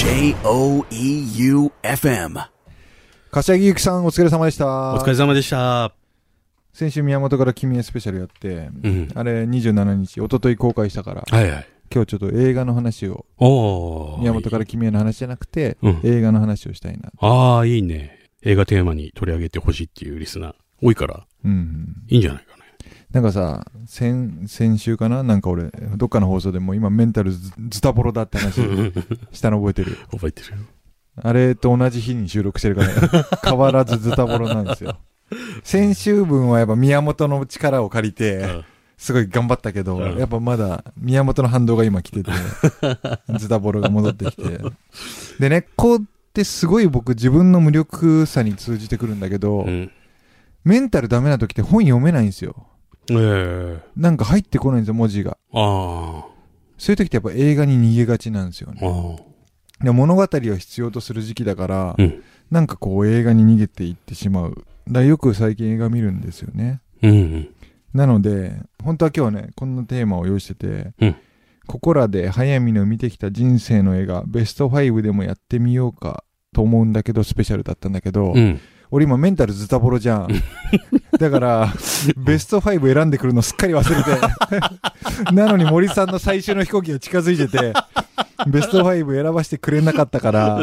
J-O-E-U-F-M 柏木由紀さんお疲れ様でした。 お疲れ様でした。 先週宮本から君へスペシャルやって、 うん、 あれ27日一昨日公開したから、 はいはい、 今日ちょっと映画の話を、宮本から君への話じゃなくて、映画の話をしたいな。 ああ、いいね。映画テーマに取り上げてほしいっていうリスナー多いから、いいんじゃないかね。 なんかさ、先週かな、なんか俺どっかの放送でも今メンタルズタボロだって話したの覚えてる？ 覚えてるよ。 あれと同じ日に収録してるから、ね、変わらずズタボロなんですよ。先週分はやっぱ宮本の力を借りてすごい頑張ったけど、やっぱまだ宮本の反動が今来ててズタボロが戻ってきて、でね、こうってすごい僕自分の無力さに通じてくるんだけど、メンタルダメな時って本読めないんですよ。なんか入ってこないんですよ、文字が。そういう時ってやっぱ映画に逃げがちなんですよね。で物語を必要とする時期だから、なんかこう映画に逃げていってしまう。だからよく最近映画見るんですよね。なので本当は今日ねこんなテーマを用意してて、ここらで早見の見てきた人生の映画ベスト5でもやってみようかと思うんだけど、スペシャルだったんだけど、俺今メンタルズタボロじゃん。だからベスト5選んでくるのすっかり忘れてなのに森さんの最終の飛行機が近づいててベスト5選ばせてくれなかったから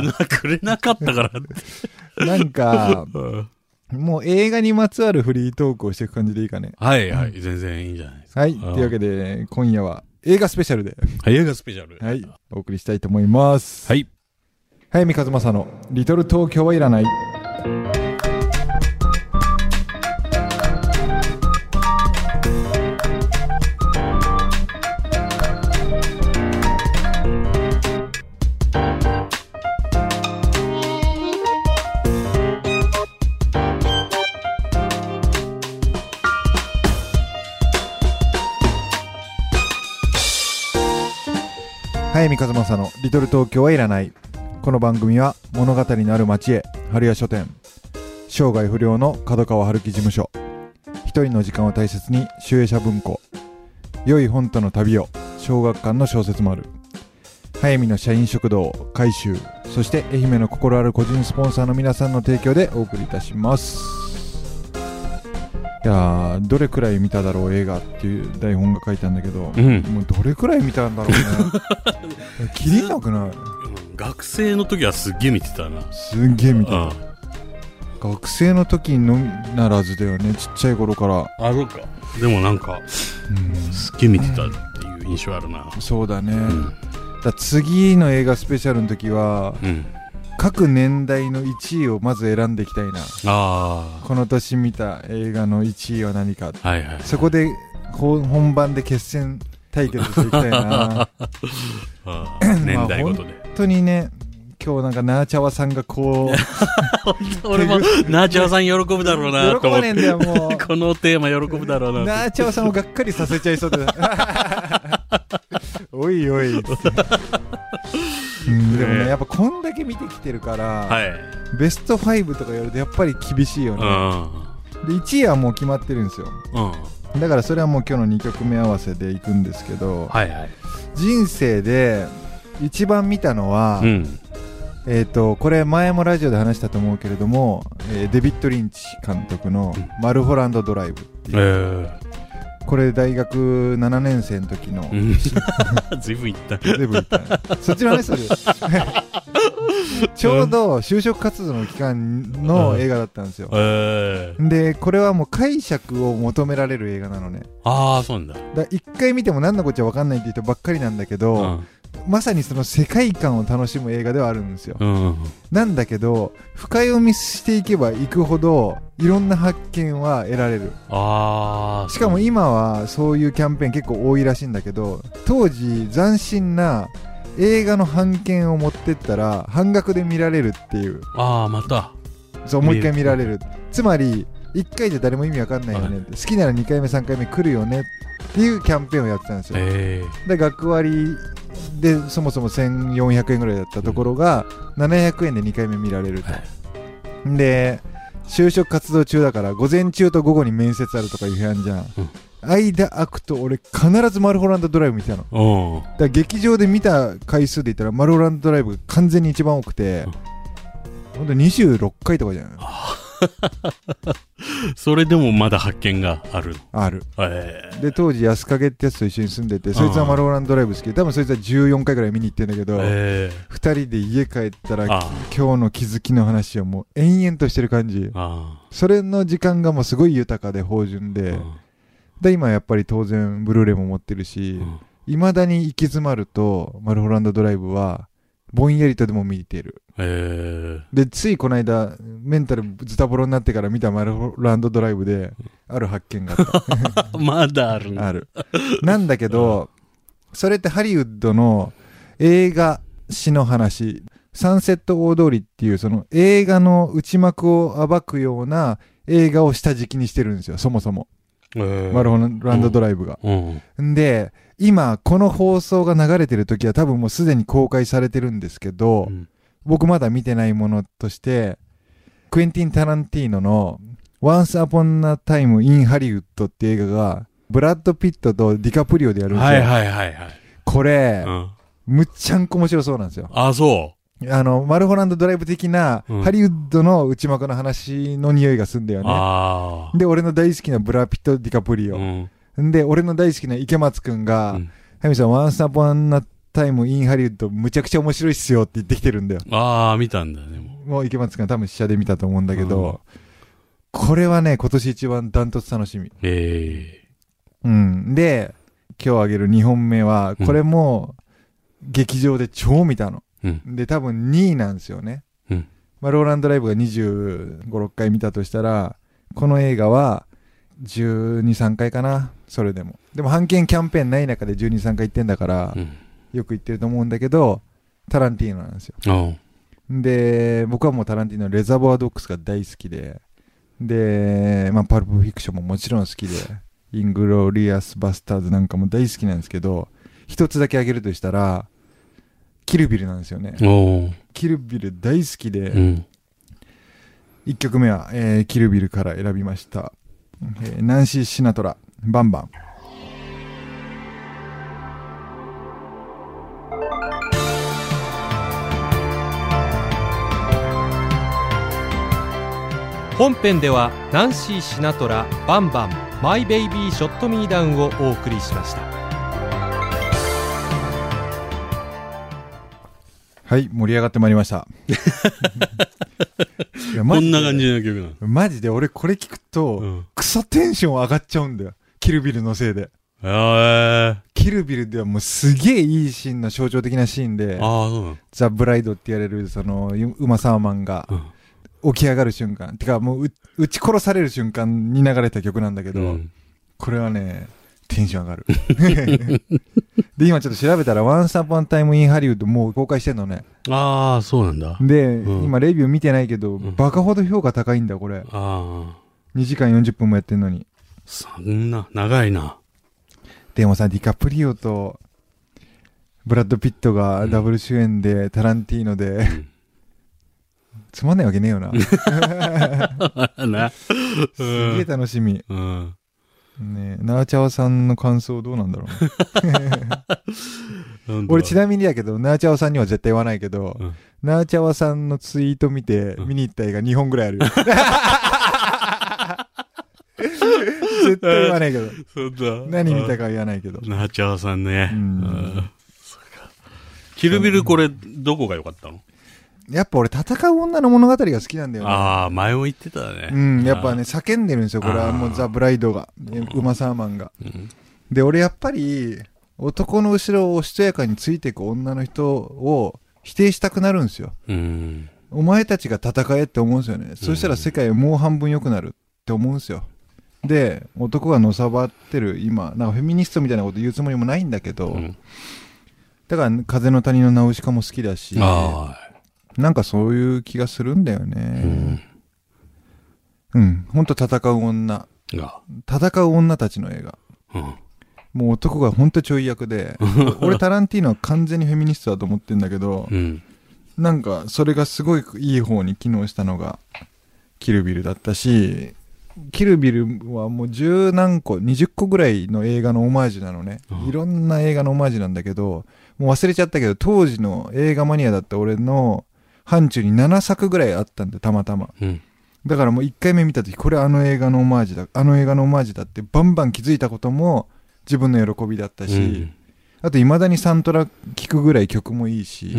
なんかもう映画にまつわるフリートークをしていく感じでいいかね。 はいはい、全然いいんじゃないですか。 はい、というわけで今夜は映画スペシャルで、 映画スペシャル、 はい、お送りしたいと思います。 はい、 早見和正のリトル東京はいらない。早見和正のリトル東京はいらない。この番組は物語のある町へ春屋書店、生涯不良の角川春樹事務所、一人の時間を大切に集英社文庫、良い本との旅を小学館の小説もある、早見の社員食堂改修、そして愛媛の心ある個人スポンサーの皆さんの提供でお送りいたします。いやどれくらい見ただろう映画っていう台本が書いたんだけど、もうどれくらい見たんだろうね切りなくない？ 学生の時はすっげえ見てたな。 すっげえ見た。学生の時のみならずだよね、ちっちゃい頃から。 そうか。でもなんか、すっげえ見てたっていう印象あるな。 そうだね、だ次の映画スペシャルの時は、各年代の1位をまず選んでいきたいな。この年見た映画の1位は何か、そこで本番で決戦対決していきたいな年代ごとで、 本当にね、今日なんかナーチャワさんがこう俺もナーチャワさん喜ぶだろうなと思って、 喜ばねえんだよもうこのテーマ喜ぶだろうな。 ナーチャワさんをがっかりさせちゃいそうでおいおいってでもね、やっぱこんだけ見てきてるから、ベスト5とかやるとやっぱり厳しいよね。で1位はもう決まってるんですよ、だからそれはもう今日の2曲目合わせでいくんですけど、人生で一番見たのは、これ前もラジオで話したと思うけれども、デビッド・リンチ監督のマルホランドドライブっていう、これ大学7年生の時の、 ずいぶんいったそっちの話するちょうど就職活動の期間の映画だったんですよ、でこれはもう解釈を求められる映画なのね。 そうなんだ。 一回見ても何のこっちゃ分かんないって人ばっかりなんだけど、まさにその世界観を楽しむ映画ではあるんですよ、なんだけど深読みしていけばいくほどいろんな発見は得られる。しかも今はそういうキャンペーン結構多いらしいんだけど、当時斬新な映画の版権を持ってったら半額で見られるっていう。 またそう、もう一回見られる。つまり1回じゃ誰も意味わかんないよね、好きなら2回目3回目来るよねっていうキャンペーンをやってたんですよ、で学割でそもそも1400円ぐらいだったところが、700円で2回目見られると、で就職活動中だから午前中と午後に面接あるとかいう部屋じゃん、 間空くと俺必ずマルホランドドライブ見てたの。だから劇場で見た回数で言ったらマルホランドドライブが完全に一番多くて、ほんと26回とかじゃないそれでもまだ発見がある。 ある。で、当時安影ってやつと一緒に住んでて、そいつはマルホランドドライブ好きで、多分そいつは14回ぐらい見に行ってんだけど、2人で家帰ったら今日の気づきの話をもう延々としてる感じ。それの時間がもうすごい豊かで芳醇で、で今やっぱり当然ブルーレイも持ってるし、未だに行き詰まるとマルホランドドライブはぼんやりとでも見てる。で、ついこの間、メンタルズタボロになってから見たマルホランドドライブで、ある発見があった。 まだあるんだ。 ある。なんだけど、それってハリウッドの映画史の話、サンセット大通りっていうその映画の内幕を暴くような映画を下敷きにしてるんですよ、そもそも。マルホランドドライブが。で、今、この放送が流れてる時は多分もうすでに公開されてるんですけど、僕まだ見てないものとして、クエンティン・タランティーノの Once Upon a Time in Hollywood って映画が、ブラッド・ピットとディカプリオでやるんですよ。これ、むっちゃんこ面白そうなんですよ。 そう。 マルホランドドライブ的な、ハリウッドの内幕の話の匂いがすんだよね。で、俺の大好きなブラピット・ディカプリオ。で、俺の大好きな池松くんが、ハミさん、Once Upon a Time in Hollywood むちゃくちゃ面白いっすよって言ってきてるんだよ。 見たんだね。 もう池松くんは多分試写で見たと思うんだけど、これはね、今年一番ダントツ楽しみ。で、今日あげる2本目は、これも、劇場で超見たの。で、多分2位なんですよね。マルホランドライブが25、6回見たとしたら、この映画は12、3回かな。それでも。でも、半券キャンペーンない中で12、3回行ってんだから、よく言ってると思うんだけど、タランティーノなんですよ。で、僕はもうタランティーノレザボアドッグスが大好きで、で、パルプフィクションももちろん好きで、イングロリアスバスターズなんかも大好きなんですけど、一つだけ挙げるとしたら、キルビルなんですよね。キルビル大好きで、1曲目は、キルビルから選びました。ナンシー・シナトラ、バンバン。 本編ではナンシー・シナトラ、バンバン、マイ・ベイビー・ショット・ミー・ダウンをお送りしました。 はい、盛り上がってまいりました。 いやこんな感じの曲なの。 マジで俺これ聞くと、クソテンション上がっちゃうんだよ。キルビルのせいで。キルビルではもうすげえいいシーンの象徴的なシーンで、ザ・ブライドって言われるそのウマ・サーマンが起き上がる瞬間、てかもう撃ち殺される瞬間に流れた曲なんだけど、これはね、テンション上がる。で、今ちょっと調べたら、Once Upon a Time in Hollywood もう公開してんのね。 そうなんだ。 で、今レビュー見てないけど、バカほど評価高いんだ、これ。2時間40分もやってんのに。 そんな、長いな。 でもさ、ディカプリオと、ブラッド・ピットがダブル主演で、タランティーノで、つまんないわけねえよな。すげえ楽しみ。ねえ、ナーチャワさんの感想どうなんだろうね。俺ちなみにだけど、ナーチャワさんには絶対言わないけど、ナーチャワさんのツイート見て、見に行った映画2本ぐらいある。絶対言わないけど。何見たか言わないけど。 ナーチャワさんね。キルビルこれ、どこが良かったの？ やっぱ俺戦う女の物語が好きなんだよね。 前も言ってたね。 やっぱね、叫んでるんですよ、これはもうザ・ブライドが。ウマ・サーマンが。で、俺やっぱり、男の後ろをおしとやかについていく女の人を否定したくなるんですよ。お前たちが戦えって思うんですよね。そしたら世界もう半分良くなるって思うんですよ。で、男がのさばってる今、なんかフェミニストみたいなこと言うつもりもないんだけど、だから風の谷のナウシカも好きだし、なんかそういう気がするんだよね。ほんと戦う女。戦う女たちの映画。もう男がほんとちょい役で、俺タランティーノは完全にフェミニストだと思ってんだけど、なんかそれがすごいいい方に機能したのがキルビルだったし、 キルビルはもう10何個、20個ぐらいの映画のオマージュなのね。いろんな映画のオマージュなんだけど、もう忘れちゃったけど、当時の映画マニアだった俺の範疇に7作ぐらいあったんだよ、たまたま。だからもう1回目見た時、これあの映画のオマージュだ、あの映画のオマージュだってバンバン気づいたことも自分の喜びだったし、あと未だにサントラ聴くぐらい曲もいいし、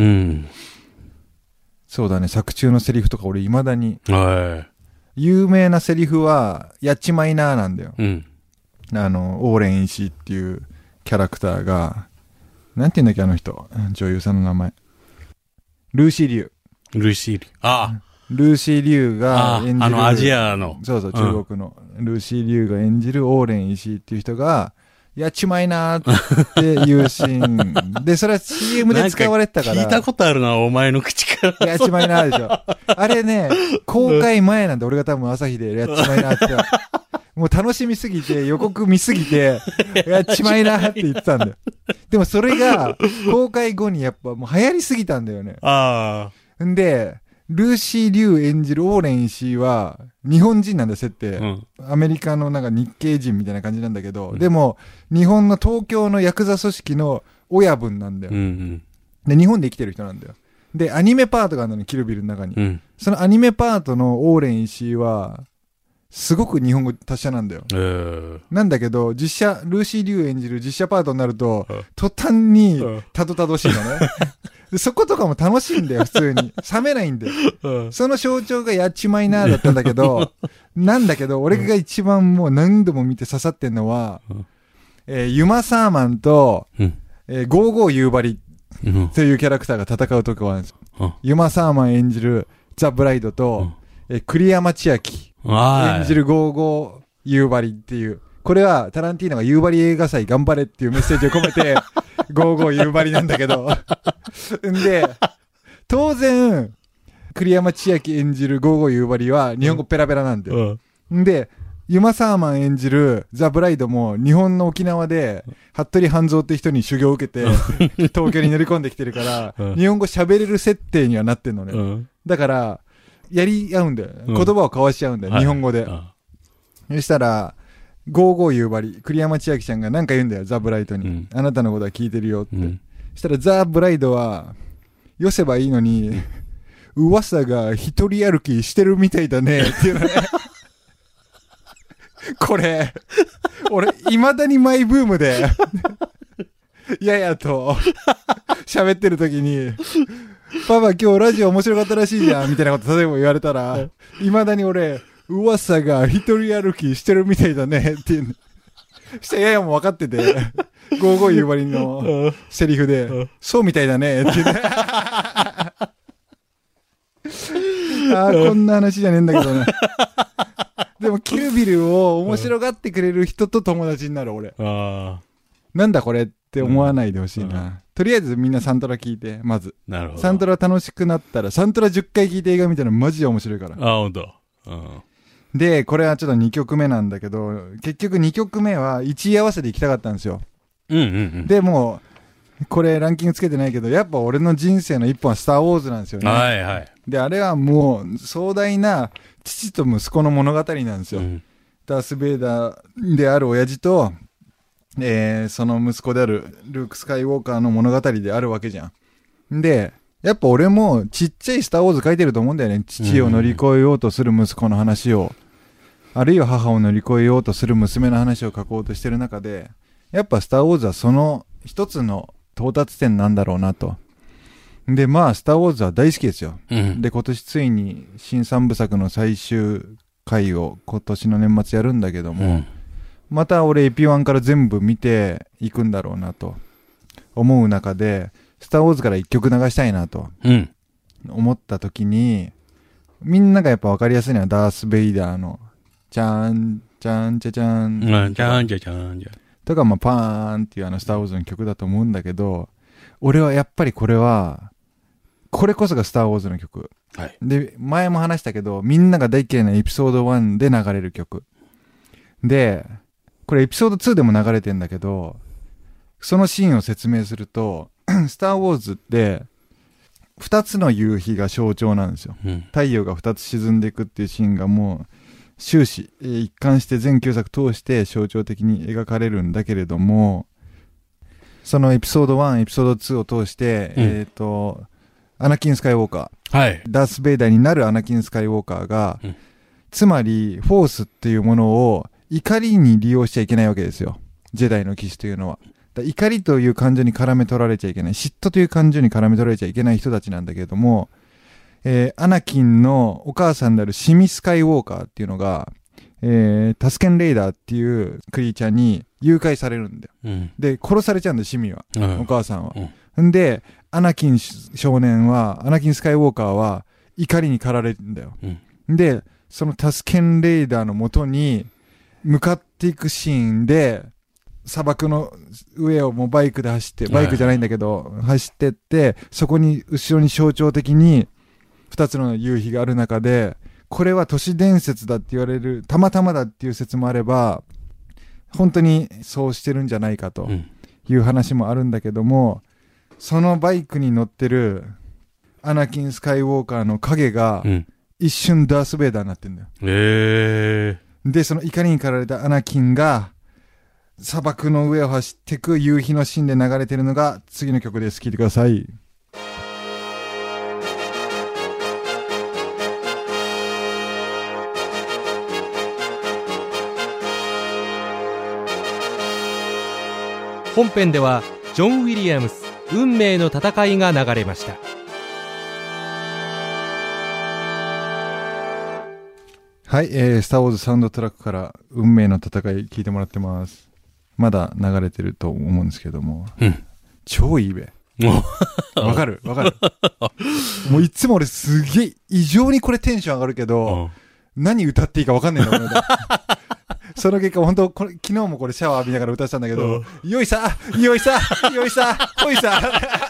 そうだね、作中のセリフとか俺未だに、有名なセリフはやっちまいなーなんだよ。オーレン石井っていうキャラクターが、なんて言うんだっけあの人、女優さんの名前。ルーシー・リュウ。 ルーシー・リュウ。ああ。 ルーシー・リュウが演じる。 アジアの。 そうそう、中国の。ルーシー・リュウが演じるオーレン石井っていう人が、やっちまいなーっていうシーン。で、それは CM で使われてたから。 聞いたことあるな、お前の口から。 やっちまいなーでしょ。あれね、公開前なんで俺が多分朝日でやっちまいなーって。もう楽しみすぎて、予告見すぎて、やっちまいなーって言ってたんだよ。でもそれが、公開後にやっぱもう流行りすぎたんだよね。んで、ルーシー・リュウ演じるオーレン石井は、日本人なんだ、設定。アメリカのなんか日系人みたいな感じなんだけど、でも、日本の東京のヤクザ組織の親分なんだよ。で、日本で生きてる人なんだよ。で、アニメパートがあるのに、キルビルの中に。そのアニメパートのオーレン石井は、すごく日本語達者なんだよ。なんだけど、ルーシー・リュウ演じる実写パートになると、途端にたどたどしいのね。でそことかも楽しいんだよ、普通に。冷めないんだよ。その象徴がやっちまいなーだったんだけど、俺が一番もう何度も見て刺さってんのは、ユマサーマンと、ゴーゴー夕張というキャラクターが戦うとこがあるんですよ。ユマサーマン演じるザ・ブライドと、栗山千明演じるゴーゴー夕張っていう。これはタランティーノが夕張映画祭頑張れっていうメッセージを込めて、ゴーゴー夕張なんだけど。んで、当然、栗山千明演じるゴーゴー夕張は日本語ペラペラなんだよ。んで、ユマサーマン演じるザ・ブライドも日本の沖縄で、服部半蔵って人に修行を受けて、東京に乗り込んできてるから、日本語喋れる設定にはなってんのね。だから、やり合うんだよ。言葉を交わし合うんだよ、日本語で。そしたら、ゴーゴー夕張、栗山千明ちゃんが何か言うんだよ、ザ・ブライドに。あなたのことは聞いてるよって。そしたらザ・ブライドは、よせばいいのに、噂が一人歩きしてるみたいだね、っていうのね。これ、俺、未だにマイブームで、ややと、喋ってる時に、パパ今日ラジオ面白かったらしいじゃん、みたいなこと例えば言われたら、未だに俺、噂が一人歩きしてるみたいだね、っていう。したらややも分かってて、ゴーゴー夕張のセリフで、そうみたいだね、っていう。こんな話じゃねえんだけどね。でも、キルビルを面白がってくれる人と友達になる、俺。なんだこれって思わないでほしいな。とりあえずみんなサントラ聞いて、まず。 なるほど。 サントラ楽しくなったら、サントラ10回聞いて映画見たらマジで面白いから。 ほんと。 で、これはちょっと2曲目なんだけど、結局2曲目は1位合わせで行きたかったんですよ。で、もう、これランキングつけてないけど、やっぱ俺の人生の一本はスター・ウォーズなんですよね。で、あれはもう壮大な父と息子の物語なんですよ。ダース・ベイダーである親父と、その息子であるルーク・スカイウォーカーの物語であるわけじゃん。で、やっぱ俺もちっちゃいスター・ウォーズ書いてると思うんだよね。父を乗り越えようとする息子の話を、あるいは母を乗り越えようとする娘の話を書こうとしてる中で、やっぱスター・ウォーズはその一つの到達点なんだろうなと。で、まあ、スター・ウォーズは大好きですよ。で、今年ついに新3部作の最終回を今年の年末やるんだけども、また俺エピ1から全部見ていくんだろうなと思う中で、スター・ウォーズから一曲流したいなと思った時に、みんながやっぱ分かりやすいのはダース・ベイダーのチャンチャンチャチャンチャンチャチャンチャとか、まあパーンっていうスター・ウォーズの曲だと思うんだけど、俺はやっぱりこれこそがスター・ウォーズの曲。で、前も話したけど、みんなが大嫌いなエピソード1で流れる曲。で、これエピソード2でも流れてんだけど、そのシーンを説明すると、スター・ウォーズって、2つの夕日が象徴なんですよ。太陽が2つ沈んでいくっていうシーンがも終始、一貫して全9作通して象徴的に描かれるんだけれども、そのエピソード1、エピソード2を通して、アナキン・スカイウォーカー、 はい。 ダース・ベイダーになるアナキン・スカイウォーカーが、つまり、フォースっていうものを怒りに利用しちゃいけないわけですよ。ジェダイの騎士というのは。怒りという感情に絡め取られちゃいけない。嫉妬という感情に絡め取られちゃいけない人たちなんだけれども、アナキンのお母さんであるシミ・スカイウォーカーっていうのが、タスケン・レイダーっていうクリーチャーに誘拐されるんだよ。で、殺されちゃうんだよ、シミは。お母さんは。んで、アナキン少年は、アナキン・スカイウォーカーは怒りに駆られるんだよ。で、そのタスケン・レイダーの元に向かっていくシーンで、砂漠の上をもうバイクで走って、バイクじゃないんだけど、走ってって、そこに後ろに象徴的に2つの夕日がある中で、これは都市伝説だって言われる、たまたまだっていう説もあれば、本当にそうしてるんじゃないかという話もあるんだけども、そのバイクに乗ってるアナキン・スカイウォーカーの影が一瞬ダース・ベイダーになってんだよ。で、その怒りに駆られたアナキンが砂漠の上を走ってく夕日のシーンで流れてるのが次の曲です。聴いてください。 本編ではジョン・ウィリアムス運命の戦いが流れました。 はい、スター・ウォーズサウンドトラックから運命の戦い聞いてもらってます。まだ流れてると思うんですけども、超いいべ。わかるもういつも俺すげえ異常にこれテンション上がるけど、何歌っていいかわかんないんだ俺その結果本当昨日もこれシャワー浴びながら歌ってたんだけど、よいさよいさよいさほいさ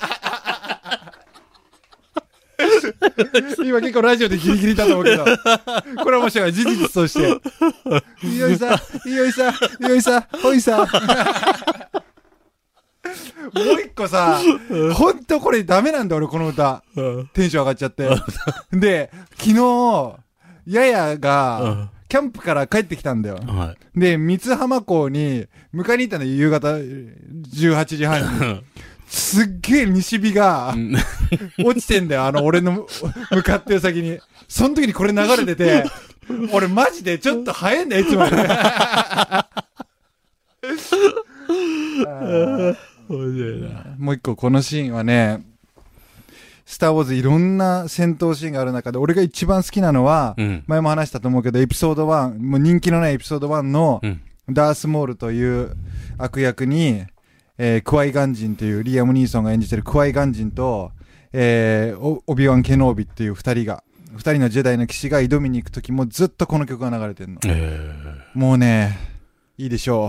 今結構ラジオでギリギリだと思うけど、これは面白い。事実として。よいさ、よいさ、よいさ、ほいさ。もう一個さ、ほんとこれダメなんだ俺この歌。テンション上がっちゃって。で、昨日、ややが、キャンプから帰ってきたんだよ。で、三津浜港に迎えに行ったの夕方18時半に。すっげえ西日が落ちてんだよ、俺の向かってる先に。その時にこれ流れてて、俺マジでちょっと早いんだよ、いつも。もう一個このシーンはね、スターウォーズいろんな戦闘シーンがある中で、俺が一番好きなのは、前も話したと思うけど、エピソード1、もう人気のないエピソード1の、ダースモールという悪役に、クワイガンジンというリアム・ニーソンが演じてるクワイガンジンと、オビワン・ケノービっていう二人のジェダイの騎士が挑みに行くときもずっとこの曲が流れてるの。もうね、いいでしょ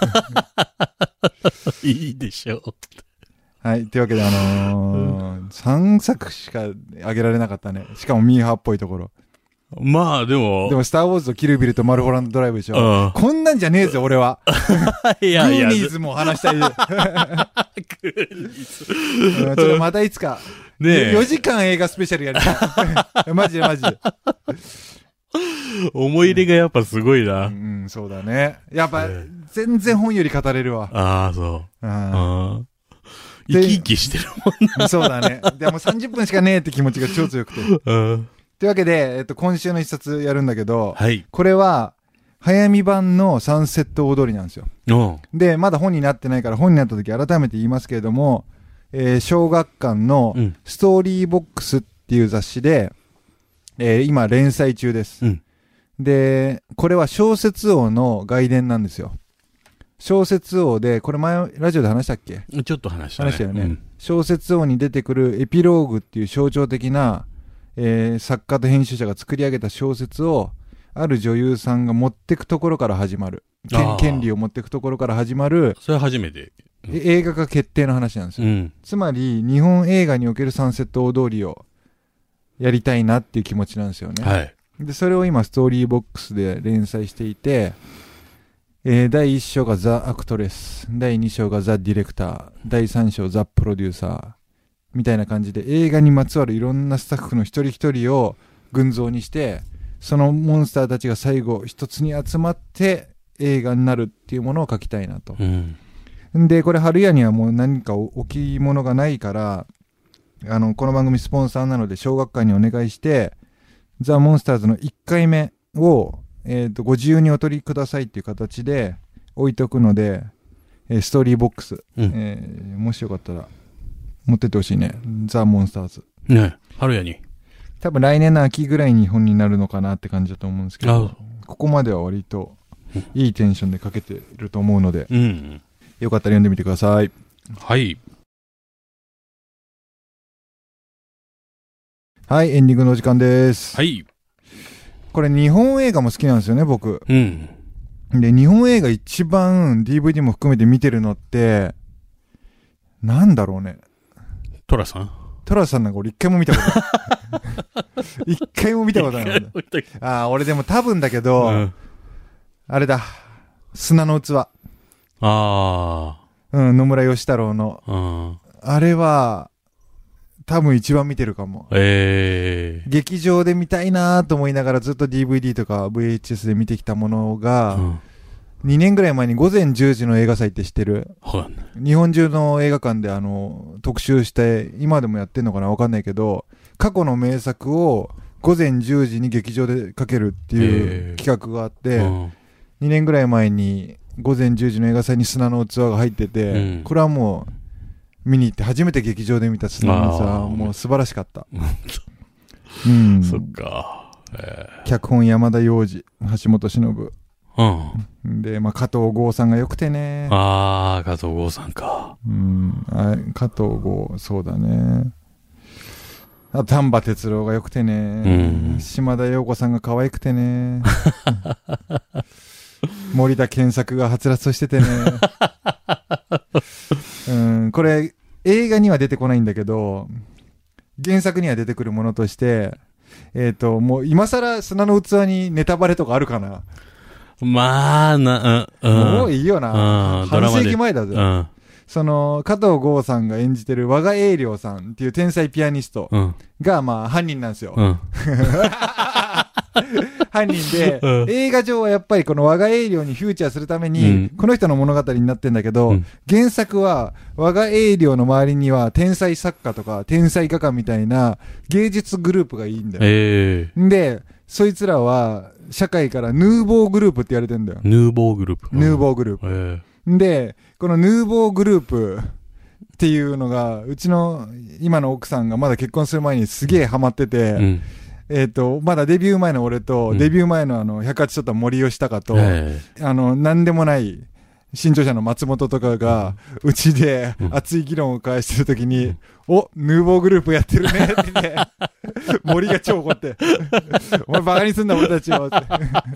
う。いいでしょう。 はい。というわけで3作しか上げられなかったね。しかもミーハーっぽいところ。 まあでもスターウォーズとキルビルとマルホランドドライブでしょ。こんなんじゃねえぜ俺は。 いやいやグーニーズも話したい。グーニーズ。ちょっとまたいつか。ねえ。4時間映画スペシャルやりたい。マジで。 思い入れがやっぱすごいな。 そうだね。やっぱ、全然本より語れるわ。 ああ、そう。生き生きしてるもんな。 そうだね。でも30分しかねえって気持ちが超強くて。というわけで、今週の一冊やるんだけど、これは、早見版のサンセット踊りなんですよ。で、まだ本になってないから本になった時改めて言いますけれども、小学館のストーリーボックスっていう雑誌で、今連載中です。で、これは小説王の外伝なんですよ。小説王で、これ前ラジオで話したっけ？ ちょっと話したね。 話したよね。小説王に出てくるエピローグっていう象徴的な、作家と編集者が作り上げた小説をある女優さんが持ってくところから始まる権利を持ってくところから始まる、 それは初めて、 映画化決定の話なんですよ、つまり日本映画におけるサンセット大通りをやりたいなっていう気持ちなんですよね、でそれを今ストーリーボックスで連載していて、第1章がザ・アクトレス、第2章がザ・ディレクター、第3章ザ・プロデューサーみたいな感じで映画にまつわるいろんなスタッフの一人一人を群像にしてそのモンスターたちが最後一つに集まって映画になるっていうものを描きたいなと。で、これ春屋にはもう何か置物がないから、この番組スポンサーなので小学館にお願いして、ザ・モンスターズの1回目を、ご自由にお取りくださいっていう形で置いとくので、ストーリーボックス、もしよかったら持ってってほしいね。ザ・モンスターズ。 ね、春屋に。 多分来年の秋ぐらいに本になるのかなって感じだと思うんですけど、ここまでは割といいテンションで書けてると思うので、よかったら読んでみてください。 はい。 はい、エンディングのお時間です。 はい。 これ日本映画も好きなんですよね、僕。で、日本映画一番 DVD も含めて見てるのって、なんだろうね。 トラさんなんか俺一回も見たことない。一回も見たことない。俺でも多分だけど、あれだ。砂の器。野村義太郎の。あれは、多分一番見てるかも。劇場で見たいなと思いながらずっと DVD とか VHS で見てきたものが、2年ぐらい前に午前10時の映画祭って知ってる？日本中の映画館で特集して、今でもやってんのかなわかんないけど、過去の名作を午前10時に劇場でかけるっていう企画があって、2年ぐらい前に午前10時の映画祭に砂の器が入ってて、これはもう見に行って初めて劇場で見た砂の器はもう素晴らしかった。 そっか。 脚本山田洋次、橋本忍。で、加藤剛さんが良くてね。 加藤剛さんか。 加藤剛、そうだね。あと丹波哲郎が良くてね。島田陽子さんが可愛くてね。森田健作がはつらつとしててね。これ映画には出てこないんだけど、原作には出てくるものとして、もう今更砂の器にネタバレとかあるかな。もういいよな。半世紀前だぜ。その加藤剛さんが演じてる和賀栄良さんっていう天才ピアニストが犯人なんですよ。犯人で、映画上はやっぱりこの和賀栄良にフューチャーするために、この人の物語になってんだけど、原作は和賀栄良の周りには天才作家とか天才画家みたいな芸術グループがいいんだよ。で、そいつらは社会からヌーボーグループって言われてんだよ。ヌーボーグループ。で、このヌーボーグループっていうのが、うちの今の奥さんがまだ結婚する前にすげえハマってて、まだデビュー前の俺と、デビュー前の108ちょっと森吉高と、なんでもない新潮社の松本とかが、うちで熱い議論を交わしてるときに、ヌーボーグループやってるねってね、森が超怒って、お前バカにすんな俺たちよって。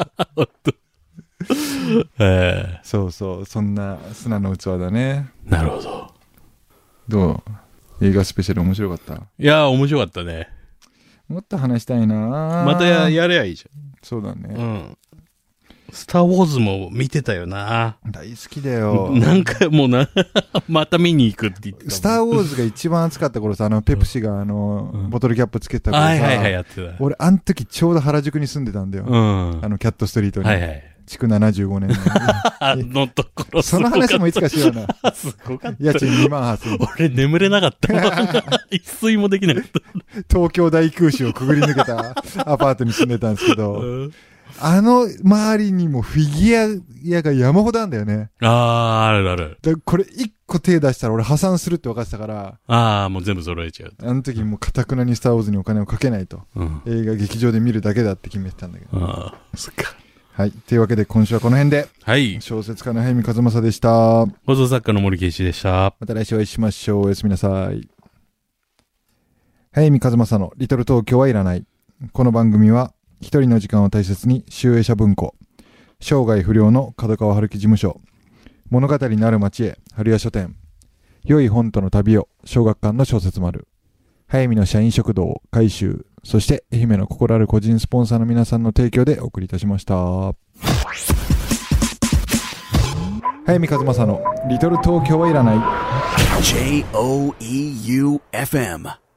そうそう、そんな砂の器だね。 なるほど。 どう？映画スペシャル面白かった？ いやー、面白かったね。 もっと話したいな。 またやればいいじゃん。 そうだね。 スターウォーズも見てたよな。 大好きだよ。 何回もまた見に行くって言ってた。 スターウォーズが一番熱かった頃さ、ペプシがボトルキャップつけた頃さ、 やってた。 俺、あの時ちょうど原宿に住んでたんだよ。キャットストリートに。築75年。 のところその話もいつかしような。 すごかった。 家賃28,000。 俺眠れなかった。一睡もできなかった。 東京大空襲をくぐり抜けたアパートに住んでたんですけど、周りにもフィギュア屋が山ほどあるんだよね。あるある。これ一個手出したら俺破産するって分かってたから。もう全部揃えちゃう。あの時もう堅くなにスターウォーズにお金をかけないと。映画劇場で見るだけだって決めてたんだけど。 そっか。 はい。というわけで今週はこの辺で。 はい。 小説家の早見和正でした。 放送作家の森圭一でした。 また来週お会いしましょう。おやすみなさい。早見和正のリトル東京はいらない。この番組は一人の時間を大切に集英社文庫、生涯不良の角川春樹事務所、物語のある町へ春屋書店、良い本との旅を小学館の小説丸、早見の社員食堂改修、そして愛媛の心ある個人スポンサーの皆さんの提供でお送りいたしました。早見和正のリトル東京はいらない。 JOEUFM